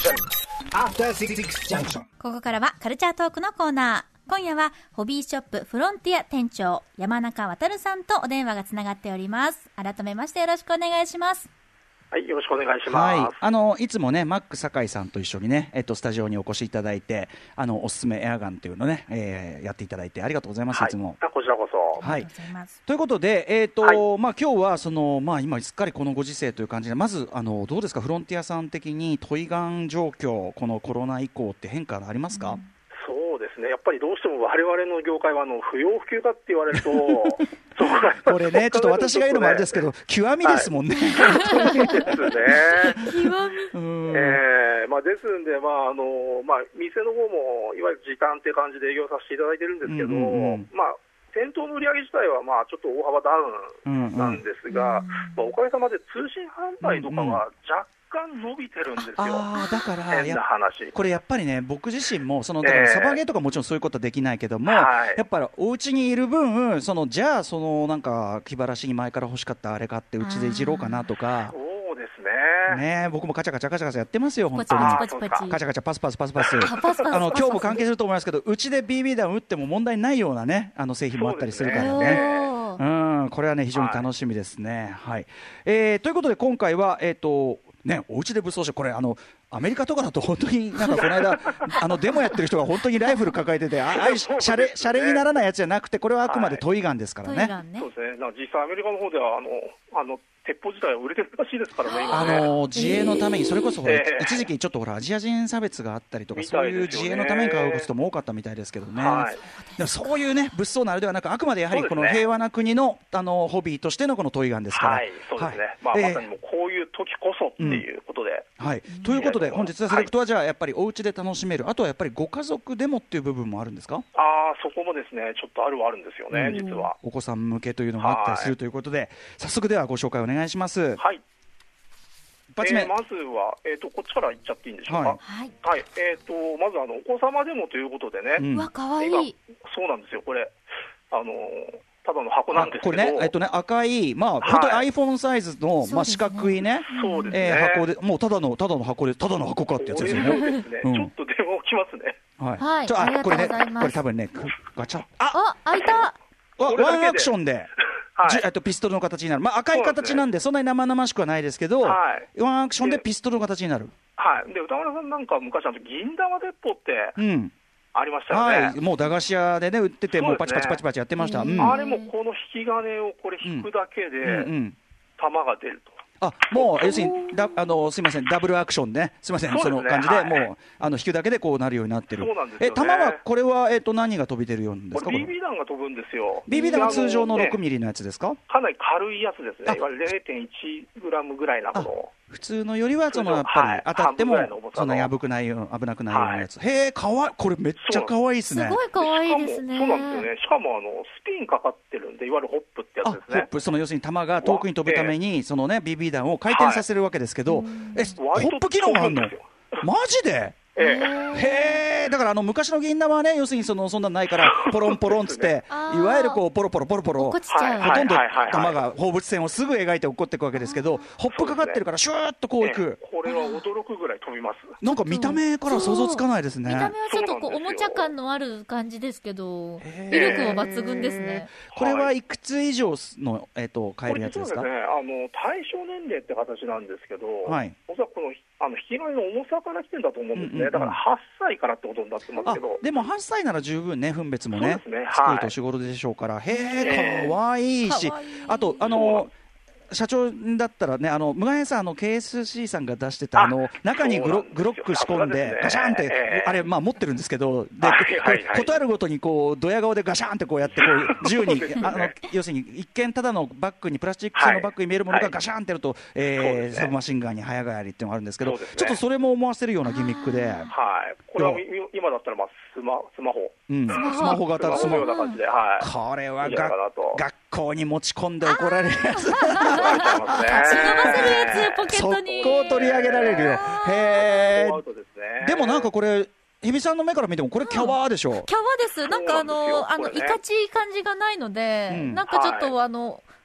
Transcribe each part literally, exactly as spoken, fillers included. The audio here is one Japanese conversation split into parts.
After Six Junction。 ここからはカルチャートークのコーナー。今夜はホビーショップフロンティア店長山中渉さんとお電話がつながっております。改めましてよろしくお願いします。 はい、よろしくお願いします。 はい、あのいつもねマック酒井さんと一緒にね、えっと、スタジオにお越しいただいて、あのおすすめエアガンというのをね、えー、やっていただいてありがとうございます、はい、いつも。 こちらこそ、 はい、 ありがとうございます。 ということで、えーとはいまあ、今日はその、まあ、今すっかりこのご時世という感じで、まずあのどうですか、フロンティアさん的にトイガン状況、このコロナ以降って変化ありますか？うん、 そうですね、やっぱりどうしても我々の業界はあの不要不急だって言われるとこれね、ちょっと私が言うのもあれですけど、極みですもんね。 はい、ですね。 極み。 えーまあ、ですんで、まああのまあ、店の方もいわゆる時短っていう感じで営業させていただいてるんですけど、うんうんうん、まあ、店頭の売り上げ自体はまあちょっと大幅ダウンなんですが、うんうん、まあ、おかげさまで通信販売とかは若干伸びてるんですよ。 あだから変な話、 これやっぱりね、僕自身もそのだからサバゲーとかもちろんそういうことはできないけども、えーはい、やっぱりお家にいる分、そのじゃあそのなんか気晴らしに前から欲しかったあれ買ってうちでいじろうかなとか。 そうですね。 ね、僕もカチャカチャカチャカチャやってますよ、本当に。 ポチポチポチカチャカチャパスパスパスパス。あの今日も関係すると思いますけど、うちで ビービー 弾打っても問題ないようなね、あの製品もあったりするからね。うん、これはね非常に楽しみですね。はい、はい、えー、ということで今回はえっ、ー、とね、お家で武装して、これあのアメリカとかだと本当になんかこの間あのデモやってる人が本当にライフル抱えてて、ああいうシャレシャレにならないやつじゃなくて、これはあくまでトイガンですからね。 はい、 そうですね。なんか実際アメリカの方ではあのあの鉄砲自体は売れてるらしいですからね。今ね、 あの自衛のために、それこそほら、えー、一時期ちょっとほらアジア人差別があったりとか、そういう自衛のために買う人も多かったみたいですけどね。はい、でもそういうね物騒なあれではなく、あくまでやはりこの平和な国のあのホビーとしてのこのトイガンですから。 はい、そうですね。はい、まあ、えー、まさにもうこういう時こそっていうことで。 うん、はい。ということで本日はセレクトはじゃあやっぱりお家で楽しめる、あとはやっぱりご家族でもっていう部分もあるんですか？ ああ、そこもですね、ちょっとあるはあるんですよね、実は。 お子さん向けというのがあったりするということで、早速ではご紹介お願いします。 はい。 一発目、 えー、まずは、えー、とこっちからいっちゃっていいんでしょうか。 はい、 はい、えー、とまずあのお子様でもということでね、 うわ、かわいい。 そうなんですよ、これあのただの箱なんですけど、 これね、えっとね、赤い、まあ、はい、本当に iPhone サイズの、まあ、四角いね、 そうですね、 えー、箱で、もうただのただの箱で、ただの箱かってやつですよね。 そうですね、うん、ちょっと電話来ますね。 はい、はい、ありがとうございます。 これね、これ多分ね、ガチャ、 あ、開いた。 ワンアクションで。はい、とピストルの形になる、まあ、赤い形なんでそんなに生々しくはないですけど、はい、ワンアクションでピストルの形になる。 はい、で歌丸さんなんか昔あの銀玉鉄砲って、うん、ありましたよね。 はい、もう駄菓子屋でね売ってて、もうパチパチパチパチやってました。うん、 あれもこの引き金をこれ引くだけで、うんうんうん、弾が出ると。 あ、もう要するにだあのすみません、ダブルアクションね、すみません、 そ,、ね、その感じで、はい、もうあの引くだけでこうなるようになってる。 そうなんですよね。 え、弾はこれは、えー、と何が飛び出るようなんですか？ ビービー 弾が飛ぶんですよ。 ビービー 弾は通常のろくミリのやつですか？ かなり軽いやつですね。いわゆる ゼロテンいちグラム ぐらいなもの。 普通のよりはそのやっぱり当たってもそんなに危くないよ危なくないようなやつ。はい、へえ、かわいい、これめっちゃかわいいですね。 すごいかわいいですね。 そうなんですよね。しかもあのスピンかかってるんで、いわゆるホップってやつですね。 ホップ、その要するに弾が遠くに飛ぶために、そのね ビービー 弾を回転させるわけですけど、はい、え、ホップ機能があるの？マジで？ええ、へえ、だからあの昔の銀玉はね、要するにそのそんなのないからポロンポロンつって、いわゆるこうポロポロポロポロ、ほとんど弾が放物線をすぐ描いて落っこっていくわけですけど、ホップかかってるからシューッとこういく。 これは驚くぐらい飛びます。 なんか見た目から想像つかないですね。 見た目はちょっとこうおもちゃ感のある感じですけど、威力は抜群ですね。 これはいくつ以上のえっと買えるやつですか？ これ実はですね、あの対象年齢って形なんですけど、はい、おそらくこのあの引き金の重さから来てるんだと思うんですね。うんうんうん、だからはっさいからってことになってますけど、 でもはっさいなら十分ね、分別もね、作る年頃でしょうから、へえ、かわいいし、あとあの社長だったらね、あの村井さん、あの ケーエスシー さんが出してたあの中にグログロック仕込んでガシャンって、あれまあ持ってるんですけど、でことあるごとにこうドヤ顔でガシャンってこうやってこう銃にあの要するに一見ただのバッグにプラスチック製のバッグに見えるものがガシャンってやると、えー、サブマシンガンに早変わりっていうのがあるんですけど、ちょっとそれも思わせるようなギミックで、はい、 これは今だったらまあスマスマホ、 うん、スマホ型のスマホ、これはが学校に持ち込んで怒られるやつ。 忍ばせるやつポケットに速攻取り上げられるよ。へー。でもなんかこれ日比さんの目から見てもこれキャワーでしょ、うん、 キャワーです。なんかあのあのいかちい感じがないので、うん、なんかちょっと、はい、あの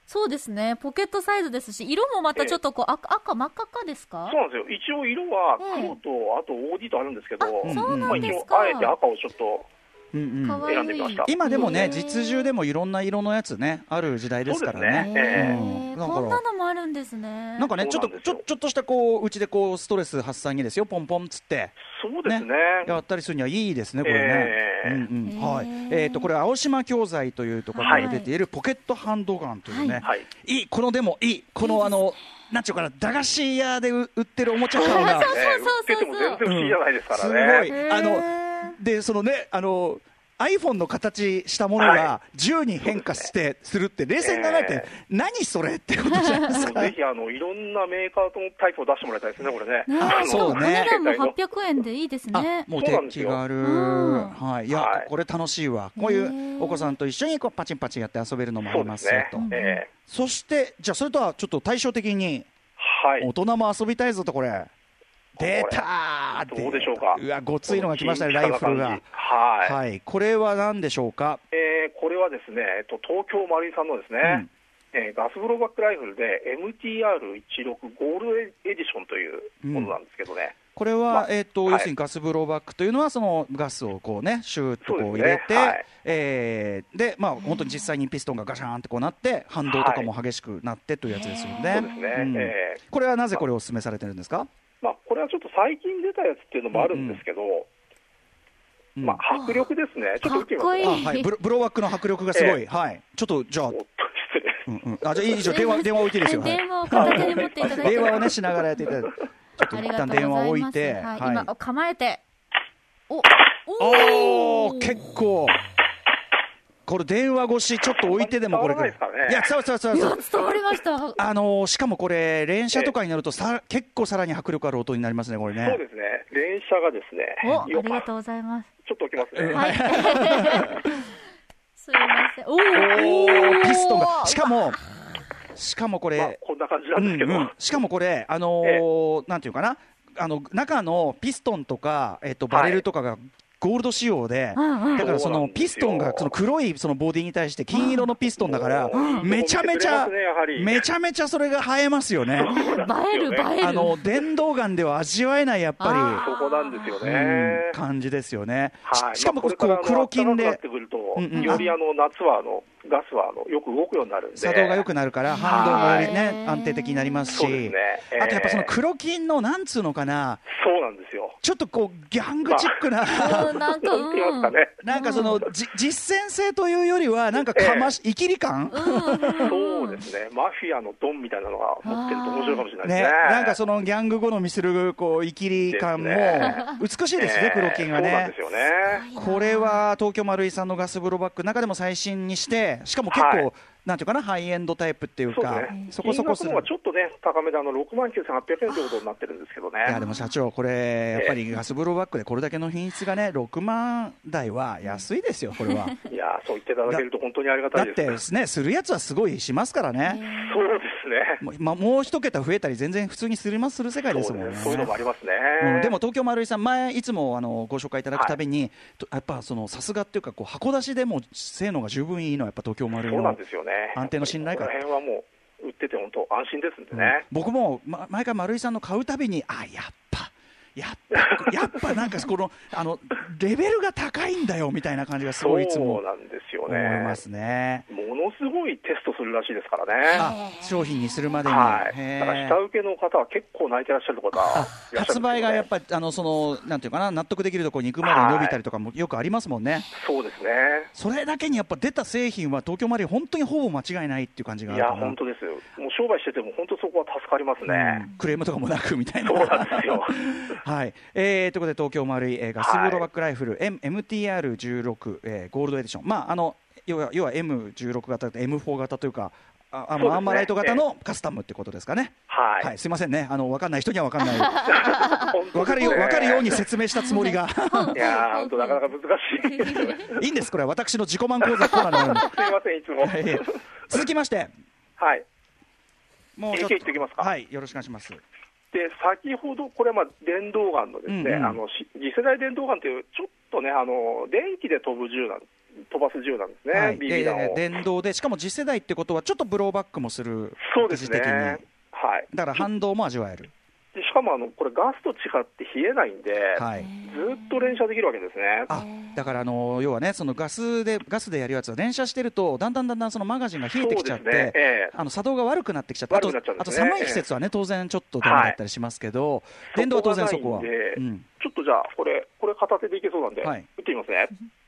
そうですね、ポケットサイズですし、色もまたちょっとこう、えー、赤、赤、真っ赤っかですか？ そうなんですよ、一応色は黒と、えー、あと オーディー とあるんですけど、 あ、そうなんですか。 まあ、一応あえて赤をちょっとうんうん、選んでみました。 今でもね、実銃でもいろんな色のやつねある時代ですからね。 えー、こんなのもあるんですね。 なんかね、ちょっとちょちょっとしたこううちでこうストレス発散にですよ、ポンポンつって、 そうですね、 やったりするにはいいですね、これね。えーうんうん、はい。えっとこれ青島教材というところから出ているポケットハンドガンというね、はい、いいこのでもいいこのあのなんていうかな、駄菓子屋で売ってるおもちゃ感が、 売ってても全然不思議じゃないですからね。 すごいあのでそのねあの。iPhone の形したものが銃に変化してするって冷静に考えて何それってことじゃないですか。 ぜひあのいろんなメーカーのタイプを出してもらいたいですね、これね。 そうね。 お値段もはっぴゃくえんでいいですね。 もう手気軽。はい。いやこれ楽しいわ。こういうお子さんと一緒にこうパチンパチンやって遊べるのもありますよと。そしてじゃあそれとはちょっと対照的に大人も遊びたいぞとこれ。出たー。 どうでしょうか。 うわごついのが来ましたね、ライフルが。 はい、 はい、これは何でしょうか。 えー、これはですね、えっと、東京マリンさんのですね、うんえー、ガスブローバックライフルで エムティーアールじゅうろく ゴールドエディションというものなんですけどね、うん、 これは、まあえーとはい、要するにガスブローバックというのはそのガスをこう、ね、シューッとこう入れて、ねはいえーでまあ、本当に実際にピストンがガシャーンってこうなって反動とかも激しくなってというやつですよね。 そうですね、うんえー、 これはなぜこれをお勧めされてるんですか。 まあ、これはちょっと最近出たやつっていうのもあるんですけど、うんうんまあ、迫力ですね、ちょっと見てみますか。 あ、はい、ブロ、ブローバックの迫力がすごい、えー、はい、ちょっとじゃあ、うんうん、あじゃあいい以上電話電話置いていいですよ。 電話を片手に持っていただいて、 電話をねしながらやっていただいて、ちょっと一旦電話を置いて、はいはい、今構えて、 おおー結構。これ電話越しちょっと置いてでもこれくらい、いや伝わ伝わ伝わ伝わりました。 あのー、しかもこれ連射とかになるとさ結構さらに迫力ある音になりますね、これね。 そうですね、連射がですね。 おありがとうございます。 ちょっと置きますね。 はい。すいません。おおピストンがしかもしかもこれ、まあ、 こんな感じなんですけど、うんうん、 しかもこれあのーええ、なんていうかなあの中のピストンとかえっとバレルとかが、はいゴールド仕様で、うんうん、だからそのピストンがその黒いそのボディに対して金色のピストンだから、うん、めちゃめちゃ、ね、めちゃめちゃそれが映えますよね。 映える映える。 あの電動ガンでは味わえないやっぱりそこなんですよね、 うん、感じですよね。 はい、 しかもこう黒金で、うんうん、よりあの夏はあのガスはあのよく動くようになるんで作動が良くなるから反動がよりね安定的になりますし、 ねえー、 あとやっぱその黒金のなんつうのかな、 そうなんですよ、 ちょっとこうギャングチックな、 まあ、なんか、うん、 なんかそのじ実践性というよりはなんかかまし、えー、イキリ感、 うん、そうですね、マフィアのドンみたいなのが持ってると面白いかもしれないですね。 ね、なんかそのギャング好みするこうイキリ感も美しいですね、ね黒金はね。 そうなんですよね。 これは東京マルイさんのガスブローバックの中でも最新にして、しかも結構、はい、なんていうかな、ハイエンドタイプっていうか、 そうですね、そこそこする。金額の方がちょっとね高めであのろくまんきゅうせんはっぴゃくえんということになってるんですけどね。 いやでも社長これやっぱりガスブローバックでこれだけの品質がねろくまん台は安いですよ、これは。 いやそう言っていただけると本当にありがたいです。 だってですね、するやつはすごいしますからね。 そうですね。 もう、ま、もう一桁増えたり全然普通にするますする世界ですもんね。 そういうのもありますね。 うん、でも東京マルイさん前いつもあのご紹介いただくたびに、はい、やっぱそのさすがっていうかこう箱出しでも性能が十分いいのはやっぱ東京マルイの安定の信頼感。 この辺はもう売ってて本当安心ですんでね、 うん、僕も、ま、毎回丸井さんの買うたびにあやっぱやっぱやっぱなんかこのあのレベルが高いんだよみたいな感じがすごいいつもそうなんですよね、 思いますね。 ものすごいテストするらしいですからね。 あ商品にするまでに、 はい、だから下請けの方は結構泣いてらっしゃる方いらっしゃるんですよね。 発売がやっぱりあのそのなんていうかな納得できるところに行くまで伸びたりとかもよくありますもんね、はい、 そうですね。 それだけにやっぱ出た製品は東京マルイ本当にほぼ間違いないっていう感じがあるかな。 いや本当ですよ。もう商売してても本当そこは助かりますね、 うん、クレームとかもなくみたいな。 そうなんですよはい、えー、ということで東京マルイ、えー、ガスブローバックライフル、はい、エムティーアールじゅうろく、えー、ゴールドエディション、まああの要は、要は エムじゅうろく 型、エムフォー 型というか、ああの、ね、アーマーライト型のカスタムってことですかね。 はい、 はい、すいませんね、あの分かんない人には分かんない分かるよ、分かるように説明したつもりがいや本当なかなか難しいいいんです、これは私の自己満講座コーナーなのですいませんいつも、 はい、続きましてはいもうちょっとエーケー 言っておきますか。 はい、よろしくお願いします。 で先ほどこれはまあ電動ガンのですね、うんうん、あの次世代電動ガンというちょっとねあの電気で飛ぶ銃なん飛ばす銃なんですね、 はい、 ビービー 弾を、 えー、電動で、しかも次世代ってことは、ちょっとブローバックもする、 そうですね、 疑似的に、 はい、 だから反動も味わえる。 でしかもあのこれ、ガスと違って冷えないんで、 はい、 ずっと連射できるわけですね。 あだからあの要はね、そのガスでガスでやるやつは連射してると、だんだんだんだんそのマガジンが冷えてきちゃって、ねえー、あの作動が悪くなってきちゃって、あと、ね、あと寒い季節はね、当然ちょっとダメだったりしますけど、はい、電動は当然そこは。 うん、ちょっとじゃあ、これ、これ片手でいけそうなんで、はい、打ってみますね。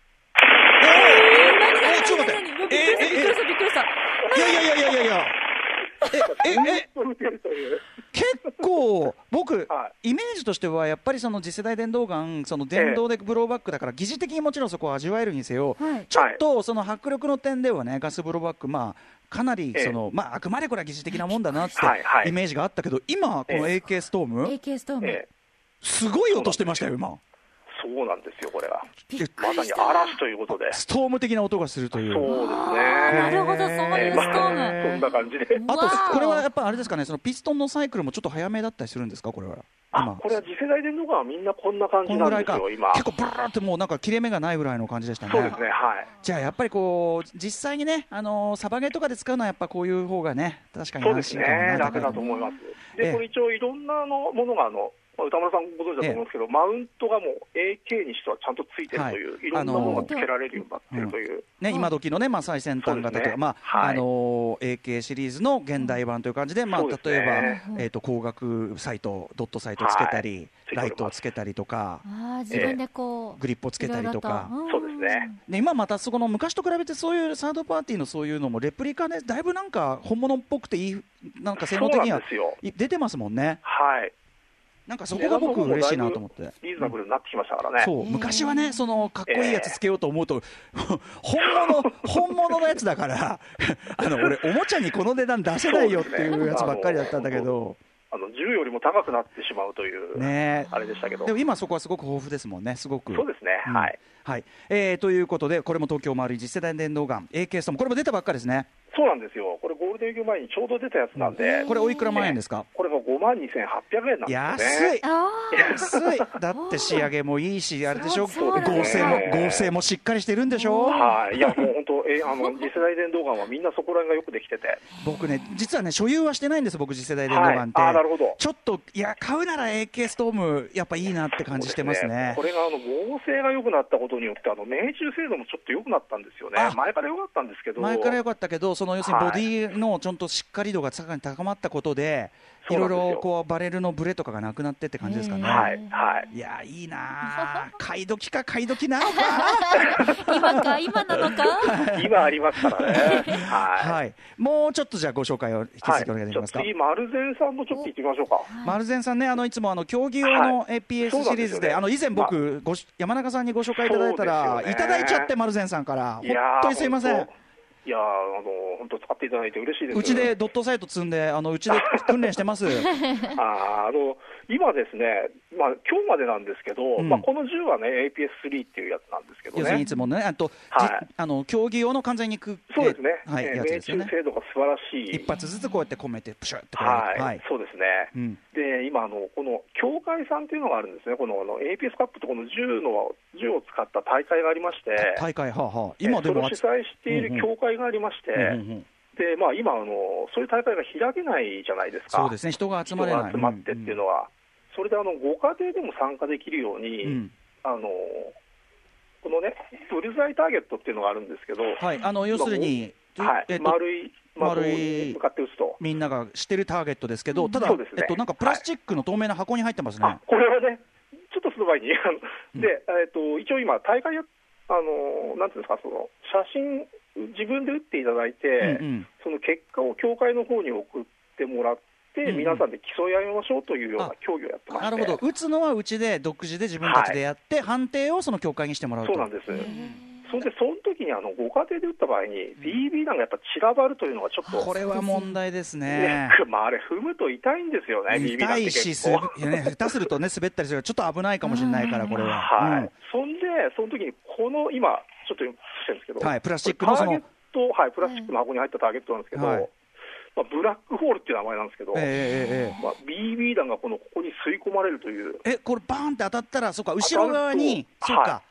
えー、ちょっと待って、 びっくりした、びっくりした、びっくりした。 いやいやいやいやいや。えええ結構僕、はい、イメージとしてはやっぱりその次世代電動ガン、その電動でブローバックだから疑似的にもちろんそこは味わえるにせよ、はい、ちょっとその迫力の点ではね、ガスブローバック、まあかなりその、まあ、あくまでこれは疑似的なもんだなってイメージがあったけど、今この エーケー ストーム、 エーケー ストームすごい音してましたよ今。 そうなんですよ、これはまさに嵐ということで、 ストーム的な音がするという。 そうですね、 なるほど、そういうストーム、 まあ、そんな感じで。 あとこれはやっぱあれですかね、そのピストンのサイクルもちょっと早めだったりするんですか、これは。 あ、これは次世代電動ガンはみんなこんな感じなんですよ今。 結構ブラーってもうなんか切れ目がないぐらいの感じでしたね。 そうですね、はい。 じゃあやっぱりこう実際にね、あのー、サバゲーとかで使うのはやっぱこういう方がね、確かに安心感はない。 そうですね、楽だと思います。で、これ一応いろんなのものがあの歌丸さんご存知だと思うんですけど、ええ、マウントがもう エーケー にしてはちゃんとついてるという、はい、いろんなものがつけられるようになってるという、うんね、今時のね、まあ、最先端型というか、ね、まあはい、あの エーケー シリーズの現代版という感じで、まあ、例えば、ねえー、と光学サイトドットサイトつけたり、はい、ライトをつけたりとか、 あ自分でこう、 えー、グリップをつけたりとか、 そうですね。 で今またそこの昔と比べてそういうサードパーティーのそういうのもレプリカでだいぶなんか本物っぽくていい、なんか性能的には出てますもんね。 はい、 なんかそこが僕嬉しいなと思って。 リーズナブルになってきましたからね。 そう昔はね、そのかっこいいやつつけようと思うと、えー、本物本物のやつだからあの俺おもちゃにこの値段出せないよっていうやつばっかりだったんだけど、 あの銃よりも高くなってしまうという、ね、あれでしたけど、 でも今そこはすごく豊富ですもんね。すごくそうですね、うん、はい、 はいえー、ということでこれも東京丸い次世代電動ガン エーケー ストーム、これも出たばっかりですね。 そうなんですよ、これゴールデンウィーク前にちょうど出たやつなんで、 これおいくら万円ですか。 これがごまんにせんはっぴゃくえんなんですよね。 安い安いだって仕上げもいいし、あれでしょ、合成も合成もしっかりしてるんでしょ。 はい、いやもう本当、えあの次世代電動ガンはみんなそこら辺がよくできてて、 僕ね実はね所有はしてないんです、僕次世代電動ガンって、 はい、あなるほど。 ちょっといや買うなら エーケー ストームやっぱいいなって感じしてますね。 ね、これがあの合成が良くなったことによってあの命中精度もちょっと良くなったんですよね。前から良かったんですけど前から良かったけどその要するにボディのちょっとしっかり度がさらに高まったことで、いろいろこうバレルのブレとかがなくなってって感じですかね。 はいはい、 いやいいな買い時か買い時なのか今か今なのか今ありますからねはい、 はい、もうちょっとじゃあご紹介を引き続きお願いできますか。 はい、次マルゼンさんのちょっと行ってみましょうか。 マルゼンさんね、あのいつもあの競技用の エーピーエス シリーズで、はい、あの以前僕ご山中さんにご紹介いただいたら、ね、いただいちゃって、マルゼンさんから本当にすいません。 いやあの本当使っていただいて嬉しいです。 うちでドットサイト積んで、あのうちで訓練してますああの今ですね、まあ今日までなんですけど、うん、まあこの銃はね エーピーエススリー っていうやつなんですけどね。 要するにいつもね、あと、はい、あの競技用の完全にくそうですね。 はい、 えー、命中精度が素晴らしい。 一発ずつこうやって込めてプシュッと、 はい、はい、そうですね。うん、で今あのこの協会さんっていうのがあるんですね。このあの エーピーエス カップとこの銃の銃を使った大会がありまして、 大会はあはあ、今でもそれを主催している協会がありまして。うんうんうんうんでまあ、今あの、そういう大会が開けないじゃないですか。 そうですね、人が集まれない、 人が集まってっていうのは、うんうん、それであのご家庭でも参加できるように、うん、あのこのね、ブルザイターゲットっていうのがあるんですけど、 はい、あの要するに、 はいえっと、丸い丸い向かって打つと、 みんなが知ってるターゲットですけど、ただ、ねえっと、なんかプラスチックの透明な箱に入ってますね。 はい、これはね、ちょっとその前に、でえっと、一応今、大会やあのなんていうんですか、その写真、自分で打っていただいて、うんうん、その結果を協会の方に送ってもらって、うんうん、皆さんで競い合いましょうというような競技をやってまして。 なるほど、打つのはうちで独自で自分たちでやって、はい、判定をその協会にしてもらうと。 そうなんです。それでその時にあのご家庭で打った場合に ビービー 弾がやっぱ散らばるというのがちょっと、 これは問題ですね。 ねまあ、あれ踏むと痛いんですよね。 痛いし、すね、下手するとね滑ったりするからちょっと危ないかもしれないから、これは。 はい。うん、そんでその時にこの今ちょっとしてるんですけど、 はい、プラスチックのそのターゲット、はい、プラスチックの箱に入ったターゲットなんですけど、はい、まあ、ブラックホールっていう名前なんですけど、 えーえーまあ、ビービー 弾がこのここに吸い込まれるという。 えこれバーンって当たったら、そうか後ろ側にそうか、はい、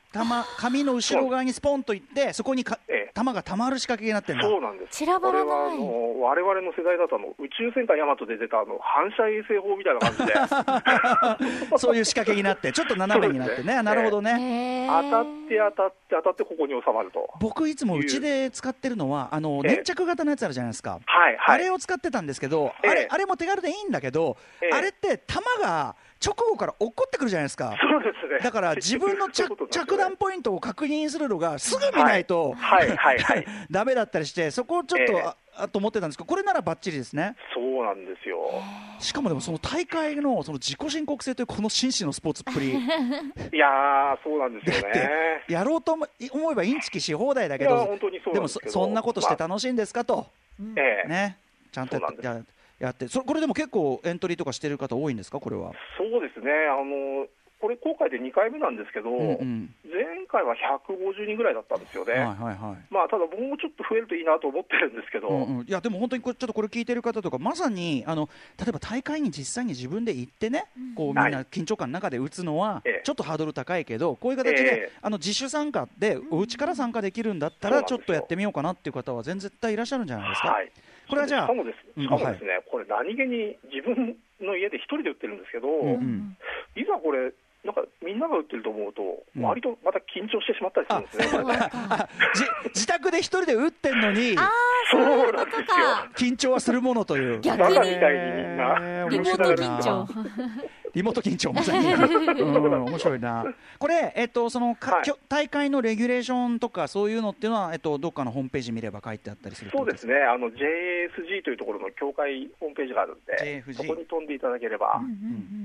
玉紙の後ろ側にスポンといってそこにか、ええ、玉がたまる仕掛けになってるんだ。 そうなんです。 散らばらない。 これはあの我々の世代だとあの宇宙戦艦ヤマトで出たあの反射衛星砲みたいな感じでそういう仕掛けになってちょっと斜めになってね。なるほどね。 当たって当たって当たってここに収まると。 僕いつもうちで使ってるのはあの粘着型のやつあるじゃないですか、 はいはい、 あれを使ってたんですけど、あれ、あれも手軽でいいんだけど、あれって弾が直後から落っこってくるじゃないですか。 そうですね。 だから自分の着着弾ポイントを確認するのがすぐ見ないと、 はいはいはいはい、 ダメだったりして、そこをちょっと、えー、あと思ってたんですけど、これならバッチリですね。 そうなんですよ。 しかもでもその大会のその自己申告制というこの紳士のスポーツっぷりいやーそうなんですよね。 やろうと思えばインチキし放題だけど、 本当にそうなんですけど、 でも そ, そんなことして楽しいんですかと、 まあ、 ね、ちゃんとやってややってそこれでも結構エントリーとかしてる方多いんですか、これは。 そうですね、あのこれ今回でにかいめなんですけど、うんうん、前回はひゃくごじゅうにんぐらいだったんですよね、はいはいはい、まあ、ただもうちょっと増えるといいなと思ってるんですけど、 うんうん、いやでも本当にこれちょっとこれ聞いてる方とかまさにあの例えば大会に実際に自分で行ってね、こうみんな緊張感の中で打つのはちょっとハードル高いけど、こういう形で、えー、あの自主参加でお家から参加できるんだったらちょっとやってみようかなっていう方は全然絶対いらっしゃるんじゃないですか。はい、これはじゃあしかもです、しかもですね、これ何気に自分の家で一人で打ってるんですけど、うんうん、いざこれなんかみんなが打ってると思うと、うん、割とまた緊張してしまったりするんですね。 自宅で一人で打ってんのに、 あそうなんですよ、 緊張はするものという。 逆にみたいにみんなリモート緊張リモート緊張まさに、うん、面白いな。これ、えっと、そのか、はい、大会のレギュレーションとかそういうのっていうのは、えっと、どっかのホームページ見れば書いてあったりする。 そうですね、あの ジェイエーエスジー というところの協会ホームページがあるんで、ジェイエフジー そこに飛んでいただければ、うんうんうん、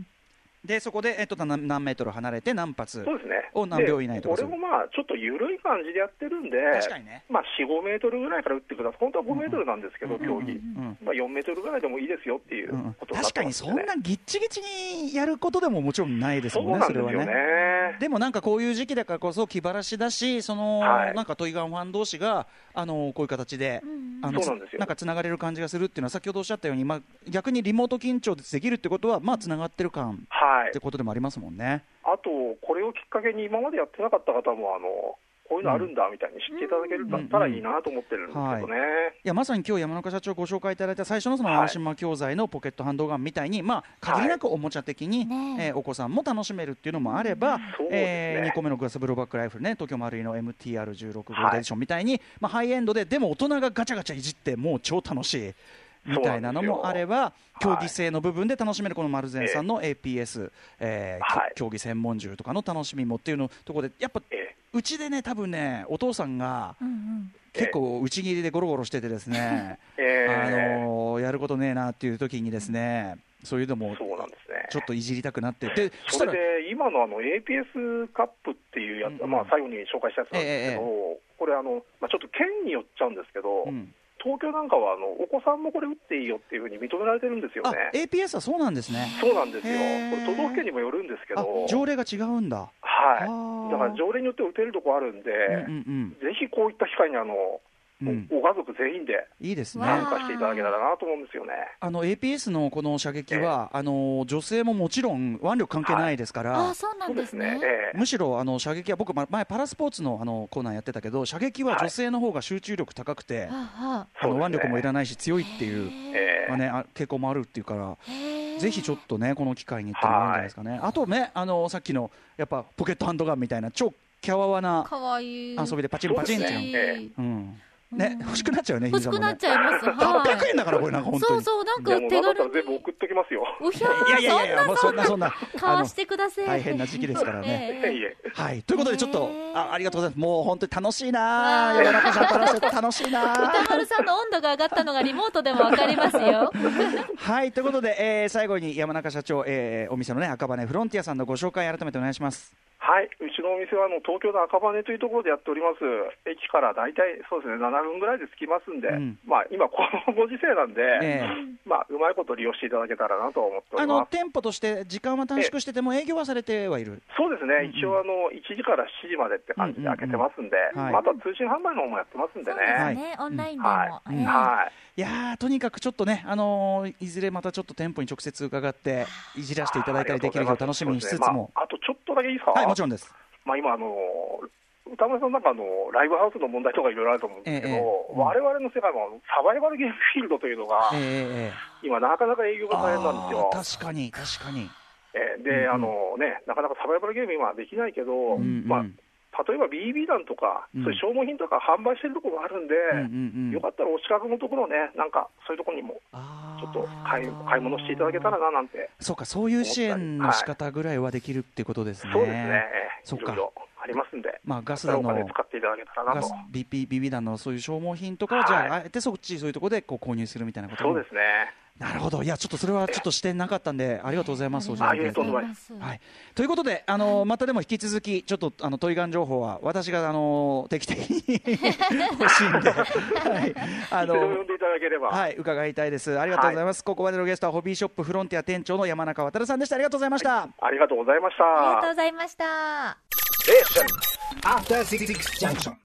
でそこで、えっと、何, 何メートル離れて何発そうですねを何秒以内とか。 これもまあちょっと緩い感じでやってるんで、 確かにね、 まあ、よん、ごメートルぐらいから打ってください。本当はごメートルなんですけど、うんうん、競技、うんうんまあ、よんメートルぐらいでもいいですよっていうことになってます、ね、 確かにそんなぎっちぎちにやることでももちろんないですもんね。 そうなんですよね。 それはね。でもなんかこういう時期だからこそ気晴らしだし、その、はい、なんかトイガンファン同士があのこういう形で、うん、あのそうなんですよ。なんかつながれる感じがするっていうのは先ほどおっしゃったように、まあ、逆にリモート緊張でできるってことはまあつながってる感、はい、ってことでもありますもんね。 あとこれをきっかけに今までやってなかった方もあのこういうのあるんだみたいに知っていただけるんだったらいいなと思ってるんですけどね、うんうんうんはい、いやまさに今日山中社長ご紹介いただいた最初のその青島教材のポケットハンドガンみたいに、まあ、限りなくおもちゃ的に、はいえー、お子さんも楽しめるっていうのもあれば、うんえーね、にこめのグラスブローバックライフルね、東京マルイの エムティーアールじゅうろく ゴールドエディションみたいに、はいまあ、ハイエンドででも大人がガチャガチャいじってもう超楽しいみたいなのもあれば、競技性の部分で楽しめるこの丸善さんの エーピーエス、えーはい、競技専門銃とかの楽しみもっていうのところでやっぱうちでね多分ねお父さんが結構内切りでゴロゴロしててですね、えー、あのー、やることねえなっていう時にですねそういうのもちょっといじりたくなってでそれで今のあの エーピーエス カップっていうやつ、うんまあ、最後に紹介したやつなんですけど、えー、これあの、まあ、ちょっと県によっちゃうんですけど、うん東京なんかはあのお子さんもこれ打っていいよっていうふうに認められてるんですよね。 あ エーピーエス はそうなんですね。 そうなんですよ。これ都道府県にもよるんですけど条例が違うんだ。 はいだから条例によって打てるとこあるんで、うんうんうん、ぜひこういった機会にあのうん、ご家族全員でいいですね参加していただけたらなと思うんですよね。 あの エーピーエス のこの射撃は、えー、あの女性ももちろん腕力関係ないですから、 はい、あそうなんですね、 えー、むしろあの射撃は僕前パラスポーツ の, あのコーナーやってたけど射撃は女性の方が集中力高くて、はい、あの腕力もいらないし強いっていう、えーまあね、あ傾向もあるっていうからぜひちょっとねこの機会に行ってもらうんじゃないですかね、はい、あとねあのさっきのやっぱポケットハンドガンみたいな超キャワワな遊びでパチンパチンっていう、うんね、欲しくなっちゃうね。 欲しくなっちゃいます。 はっぴゃくえんだからこれなんか本当に。 そうそうなんか手軽に。 全部送っときますよ。 おひゃーいやいやいやもうそんなそんな買わしてください。 大変な時期ですからね。えー、はいということでちょっと あ, ありがとうございます。もう本当に楽しいな。山中さんと話して楽しいな。 歌丸さんの温度が上がったのがリモートでもわかりますよ。 はいということで、えー、最後に山中社長、えー、お店のね赤羽フロンティアさんのご紹介改めてお願いします。 はい、うちのお店はあの東京の赤羽というところでやっております。駅からだいたいそうですねななふんぐらいで着きますんで、うん、まあ今このご時世なんで、えー、まあうまいこと利用していただけたらなと思っております。 あの店舗として時間は短縮してても営業はされてはいる。 そうですね、うんうん、一応あのいちじからしちじまでって感じで開けてますんで、うんうんうん、また通信販売の方もやってますんでね。 そうですね、オンラインでも、はいうんはいいやとにかくちょっとね、あのー、いずれまたちょっと店舗に直接伺っていじらせていただいたりできる日を楽しみにしつつも、 あ、あとちょっとだけいいですか。 はいもちろんです。 まあ、今あの歌丸さんなんかあのライブハウスの問題とかいろいろあると思うんですけど、ええうん、我々の世界もサバイバルゲームフィールドというのが、ええ、今なかなか営業が大変なんですよ。 確かに確かに。 えー、で、うん、あのね、なかなかサバイバルゲーム今はできないけど、うんうん、まあ例えば ビービー 弾とか、うん、そういう消耗品とか販売してるところがあるんで、うんうんうん、よかったらお近くのところね、なんかそういうところにもちょっと買い、買い物していただけたらななんて。 そうか、そういう支援の仕方ぐらいはできるってことですね。 そうですね。そうか。いろいろありますんで、 まあ、ガス弾のお金使っていただけたらなと。 ビービー 弾のそういう消耗品とかを、はい、じゃああえてそっちそういうところでこう購入するみたいなこと。 そうですね。 なるほど。いやちょっとそれはちょっと視点なかったんでありがとうございます。 ありがとうございます。 はい。ということであのまたでも引き続きちょっとあのトイガン情報は私があの定期的に欲しいんで、はい、 あの呼んでいただければはい伺いたいです。ありがとうございます。はい、ここまでのゲストはホビーショップフロンティア店長の山中渉さんでした。ありがとうございました。はい、 ありがとうございました。 ありがとうございました。 After Six Junction.